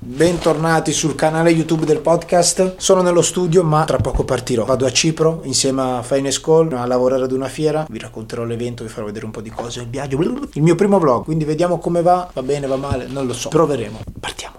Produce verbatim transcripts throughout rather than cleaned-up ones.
Bentornati sul canale YouTube del podcast. Sono nello studio ma tra poco partirò. Vado a Cipro insieme a Fineskol a lavorare ad una fiera. Vi racconterò l'evento, vi farò vedere un po' di cose, il viaggio, il mio primo vlog. Quindi vediamo come va, va bene, va male, non lo so. Proveremo. Partiamo.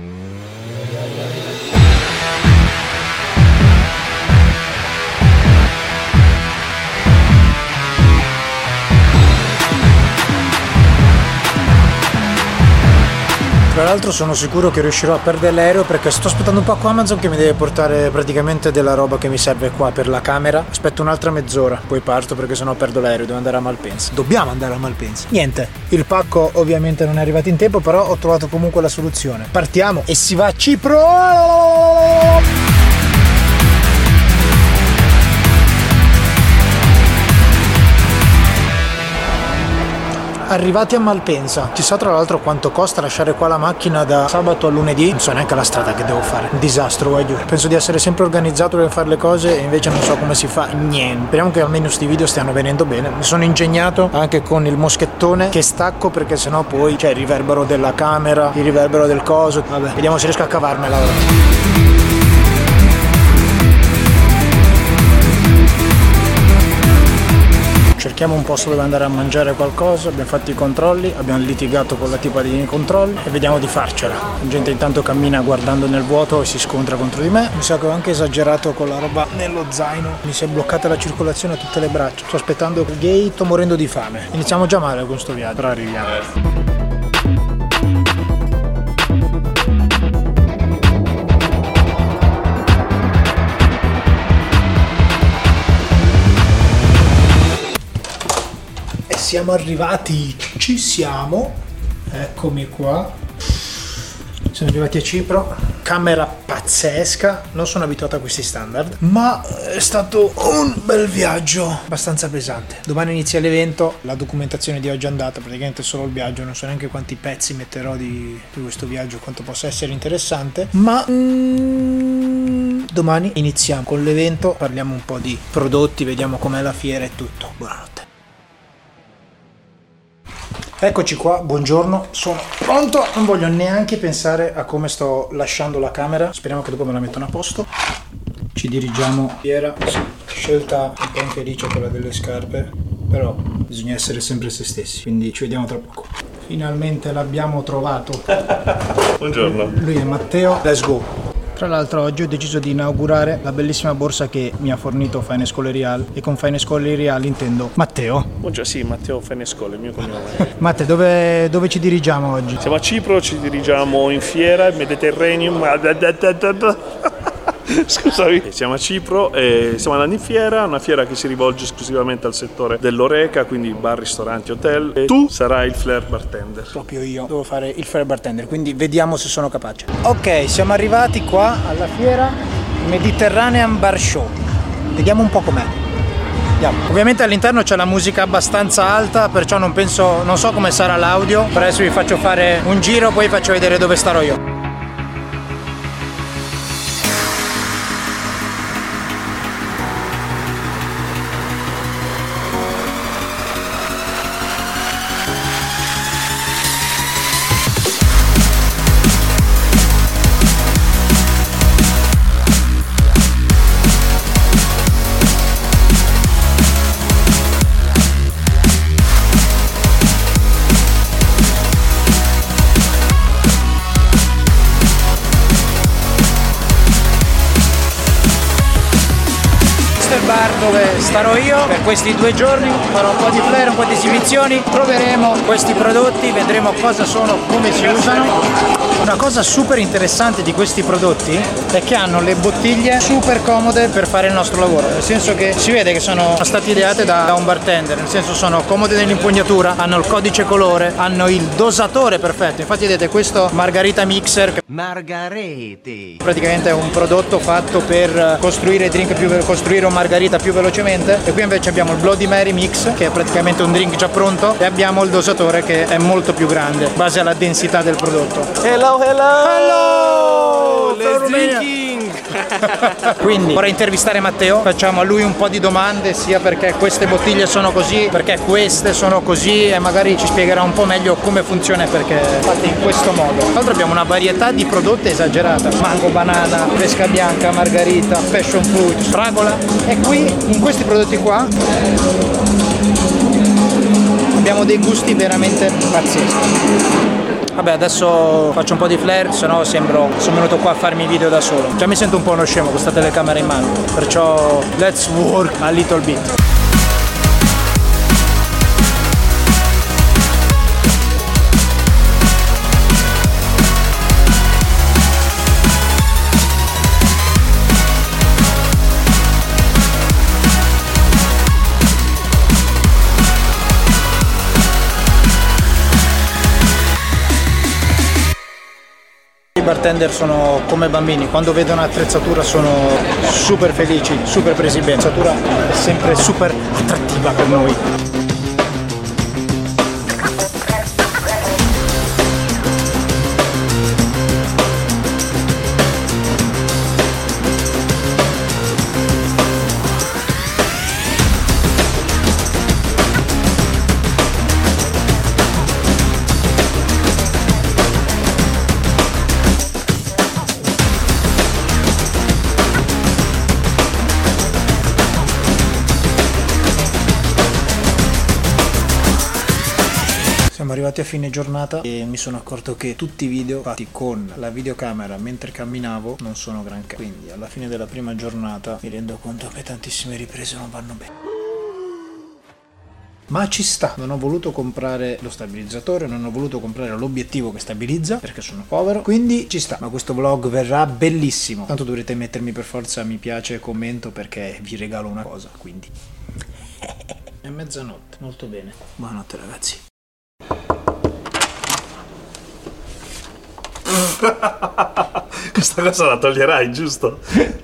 Tra l'altro sono sicuro che riuscirò a perdere l'aereo perché sto aspettando un po' con Amazon che mi deve portare praticamente della roba che mi serve qua per la camera. Aspetto un'altra mezz'ora, poi parto perché sennò perdo l'aereo, devo andare a Malpensa. Dobbiamo andare a Malpensa. Niente, il pacco ovviamente non è arrivato in tempo, però ho trovato comunque la soluzione. Partiamo e si va a Cipro! Arrivati a Malpensa. Chissà tra l'altro quanto costa lasciare qua la macchina da sabato a lunedì. Non so neanche la strada che devo fare. Un disastro, voglio. Penso di essere sempre organizzato per fare le cose e invece non so come si fa niente. Speriamo che almeno sti video stiano venendo bene. Mi sono ingegnato anche con il moschettone che stacco perché sennò poi c'è il riverbero della camera, il riverbero del coso. Vabbè, vediamo se riesco a cavarmela ora. Cerchiamo un posto dove andare a mangiare qualcosa, abbiamo fatto i controlli, abbiamo litigato con la tipa dei controlli e vediamo di farcela. La gente intanto cammina guardando nel vuoto e si scontra contro di me. Mi sa che ho anche esagerato con la roba nello zaino, mi si è bloccata la circolazione a tutte le braccia. Sto aspettando il gate, sto morendo di fame. Iniziamo già male con questo viaggio, però arriviamo. Siamo arrivati, ci siamo, eccomi qua, siamo arrivati a Cipro, camera pazzesca, non sono abituato a questi standard, ma è stato un bel viaggio, abbastanza pesante. Domani inizia l'evento, la documentazione di oggi è andata, praticamente solo il viaggio, non so neanche quanti pezzi metterò di, di questo viaggio, quanto possa essere interessante, ma mm, domani iniziamo con l'evento, parliamo un po' di prodotti, vediamo com'è la fiera e tutto. Buonanotte. Eccoci qua, buongiorno, sono pronto, non voglio neanche pensare a come sto lasciando la camera, speriamo che dopo me la mettano a posto. Ci dirigiamo, fiera, scelta un po' infelice quella delle scarpe, però bisogna essere sempre se stessi, quindi ci vediamo tra poco. Finalmente l'abbiamo trovato. Buongiorno. Lui è Matteo, let's go. Tra l'altro oggi ho deciso di inaugurare la bellissima borsa che mi ha fornito Fineskol e Real, e con Fineskol e Real intendo Matteo. Buongiorno, sì, Matteo Fineskol, il mio cognome. Matte, dove, dove ci dirigiamo oggi? Siamo a Cipro, ci dirigiamo in fiera, il Mediterranean. Scusami. Siamo a Cipro e stiamo andando in fiera, una fiera che si rivolge esclusivamente al settore dell'Horeca, quindi bar, ristoranti, hotel. E tu sarai il flair bartender. Proprio io devo fare il flair bartender, quindi vediamo se sono capace. Ok, siamo arrivati qua alla fiera Mediterranean Bar Show. Vediamo un po' com'è. Andiamo. Ovviamente all'interno c'è la musica abbastanza alta, perciò non penso, non so come sarà l'audio. Per adesso vi faccio fare un giro, poi vi faccio vedere dove starò io. Bar dove starò io per questi due giorni, farò un po' di flair, un po' di esibizioni, proveremo questi prodotti, vedremo cosa sono, come si usano. Una cosa super interessante di questi prodotti è che hanno le bottiglie super comode per fare il nostro lavoro, nel senso che si vede che sono state ideate da, da un bartender, nel senso sono comode nell'impugnatura, hanno il codice colore, hanno il dosatore perfetto. Infatti vedete questo Margarita Mixer, che Margarete praticamente è un prodotto fatto per costruire drink più, per costruire un margarita più velocemente, e qui invece abbiamo il Bloody Mary Mix che è praticamente un drink già pronto, e abbiamo il dosatore che è molto più grande in base alla densità del prodotto. Hello, hello! Hello! Let's drinking! Quindi vorrei intervistare Matteo, facciamo a lui un po' di domande, sia perché queste bottiglie sono così, perché queste sono così, e magari ci spiegherà un po' meglio come funziona e perché fatte in questo modo. Tra l'altro abbiamo una varietà di prodotti esagerata: mango, banana, pesca bianca, margarita, passion fruit, fragola. E qui in questi prodotti qua abbiamo dei gusti veramente pazzeschi. Vabbè, adesso faccio un po' di flair, se no sembro sono venuto qua a farmi video da solo. Già mi sento un po' uno scemo con questa telecamera in mano, perciò let's work a little bit. I bartender sono come bambini, quando vedono attrezzatura sono super felici, super presi bene. L'attrezzatura è sempre super attrattiva per noi. Siamo arrivati a fine giornata e mi sono accorto che tutti i video fatti con la videocamera mentre camminavo non sono granché. Quindi alla fine della prima giornata mi rendo conto che tantissime riprese non vanno bene. Ma ci sta, non ho voluto comprare lo stabilizzatore, non ho voluto comprare l'obiettivo che stabilizza perché sono povero, quindi ci sta. Ma questo vlog verrà bellissimo. Tanto dovrete mettermi per forza mi piace e commento perché vi regalo una cosa, quindi. È mezzanotte, molto bene. Buonanotte ragazzi. Questa cosa la toglierai, giusto?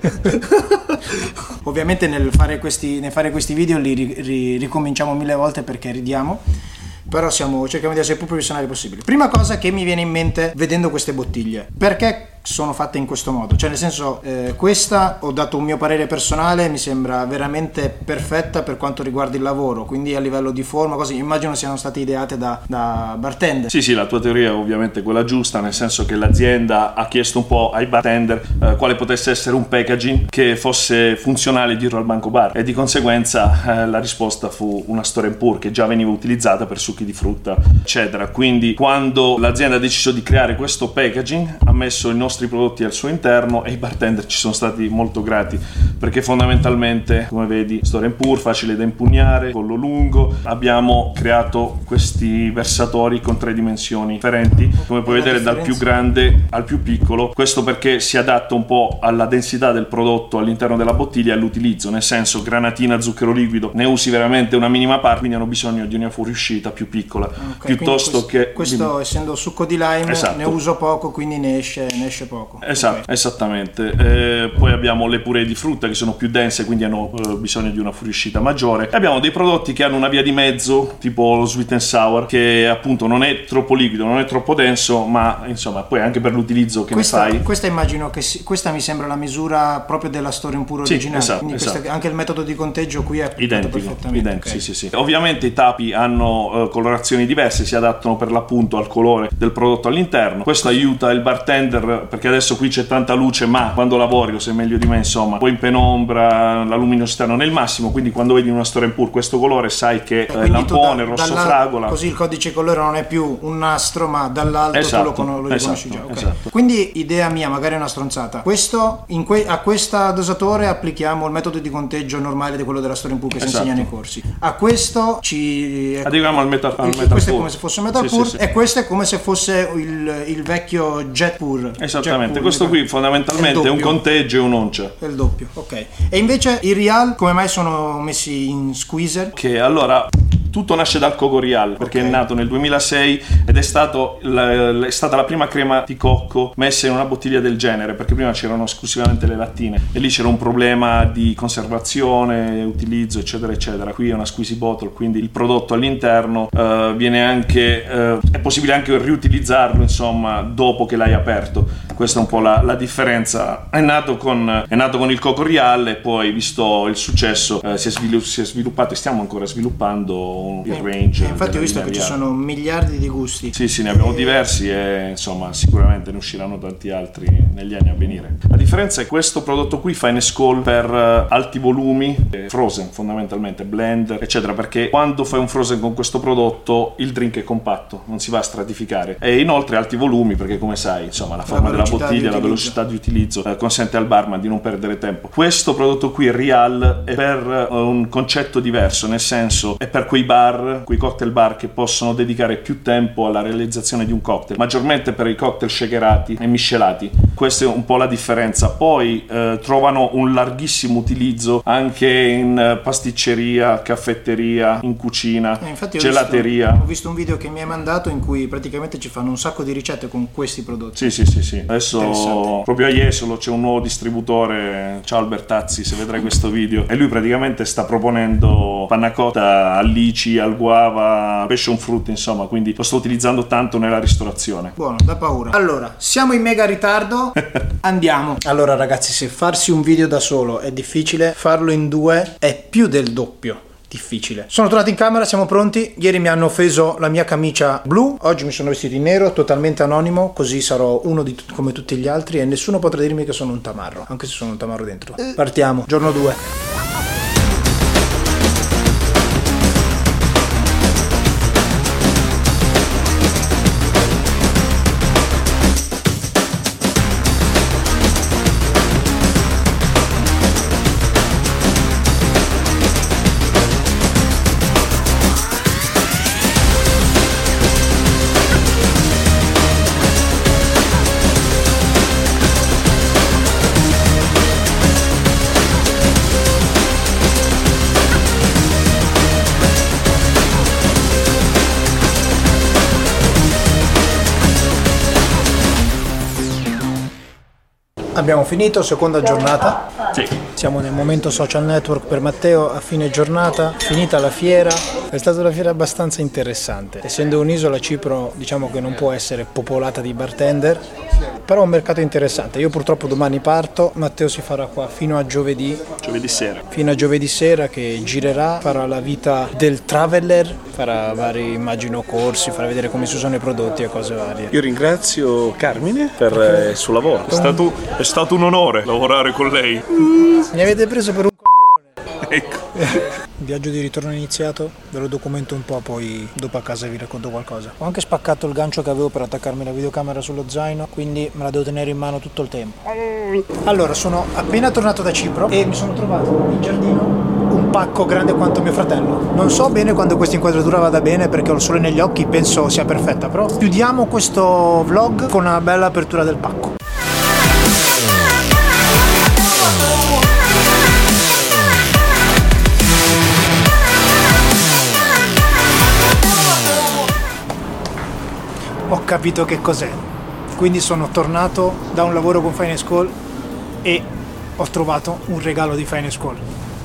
Ovviamente nel fare questi, nel fare questi video li ri, ri, ricominciamo mille volte perché ridiamo, però siamo, cerchiamo di essere più professionali possibile. Prima cosa che mi viene in mente vedendo queste bottiglie: perché sono fatte in questo modo? Cioè nel senso, eh, questa, ho dato un mio parere personale, mi sembra veramente perfetta per quanto riguarda il lavoro, quindi a livello di forma, così immagino siano state ideate da, da bartender. Sì sì, la tua teoria è ovviamente quella giusta, nel senso che l'azienda ha chiesto un po' ai bartender eh, quale potesse essere un packaging che fosse funzionale dietro al banco bar, e di conseguenza eh, la risposta fu una store and pour che già veniva utilizzata per succhi di frutta eccetera. Quindi quando l'azienda ha deciso di creare questo packaging ha messo il nostro prodotti al suo interno e i bartender ci sono stati molto grati, perché fondamentalmente, come vedi, store and pour, facile da impugnare, collo lungo. Abbiamo creato questi versatori con tre dimensioni differenti, come puoi vedere, dal più grande al più piccolo. Questo perché si adatta un po' alla densità del prodotto all'interno della bottiglia e all'utilizzo, nel senso, granatina, zucchero liquido, ne usi veramente una minima parte, quindi hanno bisogno di una fuoriuscita più piccola, okay, piuttosto questo, che questo essendo succo di lime, esatto, ne uso poco, quindi ne esce, ne esce poco. Esatto, okay, esattamente. Eh, poi abbiamo le puree di frutta che sono più dense, quindi hanno eh, bisogno di una fuoriuscita maggiore. E abbiamo dei prodotti che hanno una via di mezzo, tipo lo sweet and sour, che appunto non è troppo liquido, non è troppo denso, ma insomma poi anche per l'utilizzo che questa, ne fai. Questa immagino che si, questa mi sembra la misura proprio della store and pour originale, sì, esatto, quindi esatto. Questa, anche il metodo di conteggio qui è identico, perfettamente. identico, Okay. sì, sì, sì. Ovviamente i tappi hanno uh, colorazioni diverse, si adattano per l'appunto al colore del prodotto all'interno. Questo aiuta il bartender, perché adesso qui c'è tanta luce, ma quando lavori, lo sai meglio di me, insomma, poi in penombra la luminosità non è il massimo, quindi quando vedi una store and pour questo colore sai che eh, lampone, da, rosso fragola, così il codice colore non è più un nastro, ma dall'alto esatto, tu lo, con- lo riconosci esatto, già. Okay. Esatto. Quindi idea mia, magari è una stronzata, questo in que- a questa dosatore applichiamo il metodo di conteggio normale di quello della store and pour che esatto. si insegna nei corsi. A questo ci arriviamo al metal, al metal questo pour. È come se fosse un metal sì, pour, sì, sì. E questo è come se fosse il, il vecchio jet pour. Esattamente, jet questo pour, qui fondamentalmente è, è un conteggio e un'oncia. È il doppio, ok. E invece i Real come mai sono messi in squeezer? Che allora Tutto nasce dal Cocorial, perché okay. è nato nel duemilasei ed è, stato la, è stata la prima crema di cocco messa in una bottiglia del genere, perché prima c'erano esclusivamente le lattine e lì c'era un problema di conservazione, utilizzo eccetera eccetera. Qui è una squeezy bottle, quindi il prodotto all'interno uh, viene anche uh, è possibile anche riutilizzarlo insomma dopo che l'hai aperto. Questa è un po' la, la differenza. È nato con è nato con il Cocorial e poi, visto il successo, uh, si, è svilu- si è sviluppato e stiamo ancora sviluppando il range. Eh, infatti ho visto che ci sono miliardi di gusti. Sì, sì, ne abbiamo e... diversi e insomma sicuramente ne usciranno tanti altri negli anni a venire. La differenza è che questo prodotto qui fa in Skol per uh, alti volumi, eh, frozen fondamentalmente, blend eccetera, perché quando fai un frozen con questo prodotto il drink è compatto, non si va a stratificare, e inoltre alti volumi perché, come sai, insomma la forma la della bottiglia, la velocità di utilizzo eh, consente al barman di non perdere tempo. Questo prodotto qui, Real, è per uh, un concetto diverso, nel senso è per quei bar, quei cocktail bar che possono dedicare più tempo alla realizzazione di un cocktail, maggiormente per i cocktail shakerati e miscelati. Questa è un po' la differenza. Poi eh, trovano un larghissimo utilizzo anche in eh, pasticceria, caffetteria, in cucina, eh, infatti ho gelateria. Visto, ho visto un video che mi hai mandato in cui praticamente ci fanno un sacco di ricette con questi prodotti. Sì, sì, sì, sì. Adesso proprio a Jesolo c'è un nuovo distributore, ciao Albertazzi, se vedrai questo video, e lui praticamente sta proponendo panna cotta al lici, al guava, passion fruit, insomma, quindi lo sto utilizzando tanto nella ristorazione. Buono, da paura. Allora, siamo in mega ritardo, andiamo. Allora ragazzi, se farsi un video da solo è difficile, farlo in due è più del doppio difficile. Sono tornato in camera, siamo pronti. Ieri mi hanno offeso la mia camicia blu, oggi mi sono vestito in nero, totalmente anonimo, così sarò uno di t- come tutti gli altri e nessuno potrà dirmi che sono un tamarro, anche se sono un tamarro dentro. Partiamo, giorno due. Abbiamo finito, seconda giornata. Sì. Siamo nel momento social network per Matteo a fine giornata, finita la fiera. È stata una fiera abbastanza interessante. Essendo un'isola, Cipro diciamo che non può essere popolata di bartender, però è un mercato interessante. Io purtroppo domani parto, Matteo si farà qua fino a giovedì. Giovedì sera. Fino a giovedì sera, che girerà, farà la vita del traveler, farà vari, immagino, corsi, farà vedere come si usano i prodotti e cose varie. Io ringrazio Carmine per eh, il suo lavoro. È stato, è stato un onore lavorare con lei. Mm, mi avete preso per un coglione. Ecco. Il viaggio di ritorno è iniziato, ve lo documento un po', poi dopo a casa vi racconto qualcosa. Ho anche spaccato il gancio che avevo per attaccarmi la videocamera sullo zaino, quindi me la devo tenere in mano tutto il tempo. Allora, sono appena tornato da Cipro e mi sono trovato in giardino un pacco grande quanto mio fratello. Non so bene quando questa inquadratura vada bene perché ho il sole negli occhi, penso sia perfetta, però chiudiamo questo vlog con una bella apertura del pacco. Ho capito che cos'è, quindi sono tornato da un lavoro con Fine Skol e ho trovato un regalo di Fine Skol.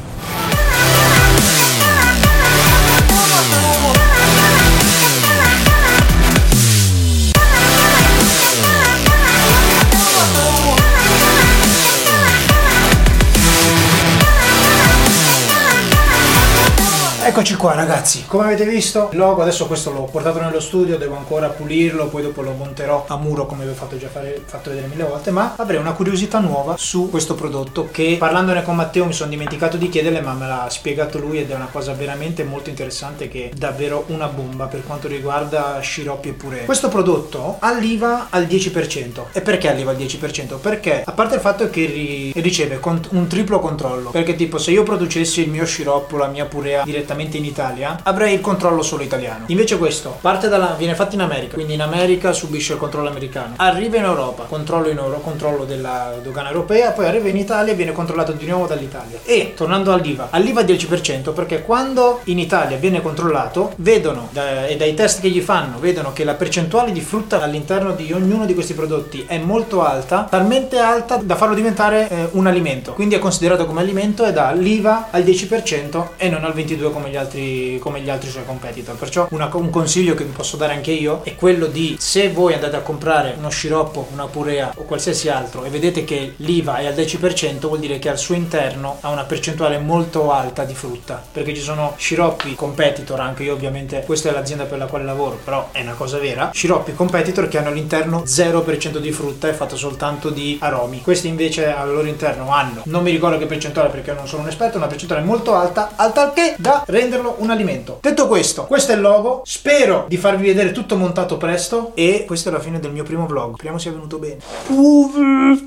Eccoci qua ragazzi, come avete visto il logo, adesso questo l'ho portato nello studio, devo ancora pulirlo, poi dopo lo monterò a muro come vi ho fatto già fare, fatto vedere mille volte, ma avrei una curiosità nuova su questo prodotto che, parlandone con Matteo, mi sono dimenticato di chiederle, ma me l'ha spiegato lui ed è una cosa veramente molto interessante, che è davvero una bomba per quanto riguarda sciroppi e puree. Questo prodotto alliva al dieci per cento. E perché alliva al dieci per cento? Perché a parte il fatto che ri- riceve cont- un triplo controllo, perché tipo se io producessi il mio sciroppo, la mia purea direttamente direttamente in Italia, avrei il controllo solo italiano. Invece questo parte dalla, viene fatto in America, quindi in America subisce il controllo americano, arriva in Europa, controllo in Euro, controllo della dogana europea, poi arriva in Italia e viene controllato di nuovo dall'Italia. E tornando all'I V A, all'I V A dieci per cento, perché quando in Italia viene controllato, vedono da, e dai test che gli fanno, vedono che la percentuale di frutta all'interno di ognuno di questi prodotti è molto alta, talmente alta da farlo diventare eh, un alimento, quindi è considerato come alimento e dà l'I V A al dieci per cento e non al ventidue come gli altri, come gli altri suoi competitor. Perciò una, un consiglio che vi posso dare anche io è quello di, se voi andate a comprare uno sciroppo, una purea o qualsiasi altro e vedete che l'I V A è al dieci per cento, vuol dire che al suo interno ha una percentuale molto alta di frutta, perché ci sono sciroppi competitor, anche io ovviamente, questa è l'azienda per la quale lavoro, però è una cosa vera, sciroppi competitor che hanno all'interno zero per cento di frutta e fatto soltanto di aromi. Questi invece al loro interno hanno, non mi ricordo che percentuale perché non sono un esperto, una percentuale molto alta, al tal che da renderlo un alimento. Detto questo, questo è il logo, spero di farvi vedere tutto montato presto e questa è la fine del mio primo vlog, speriamo sia venuto bene.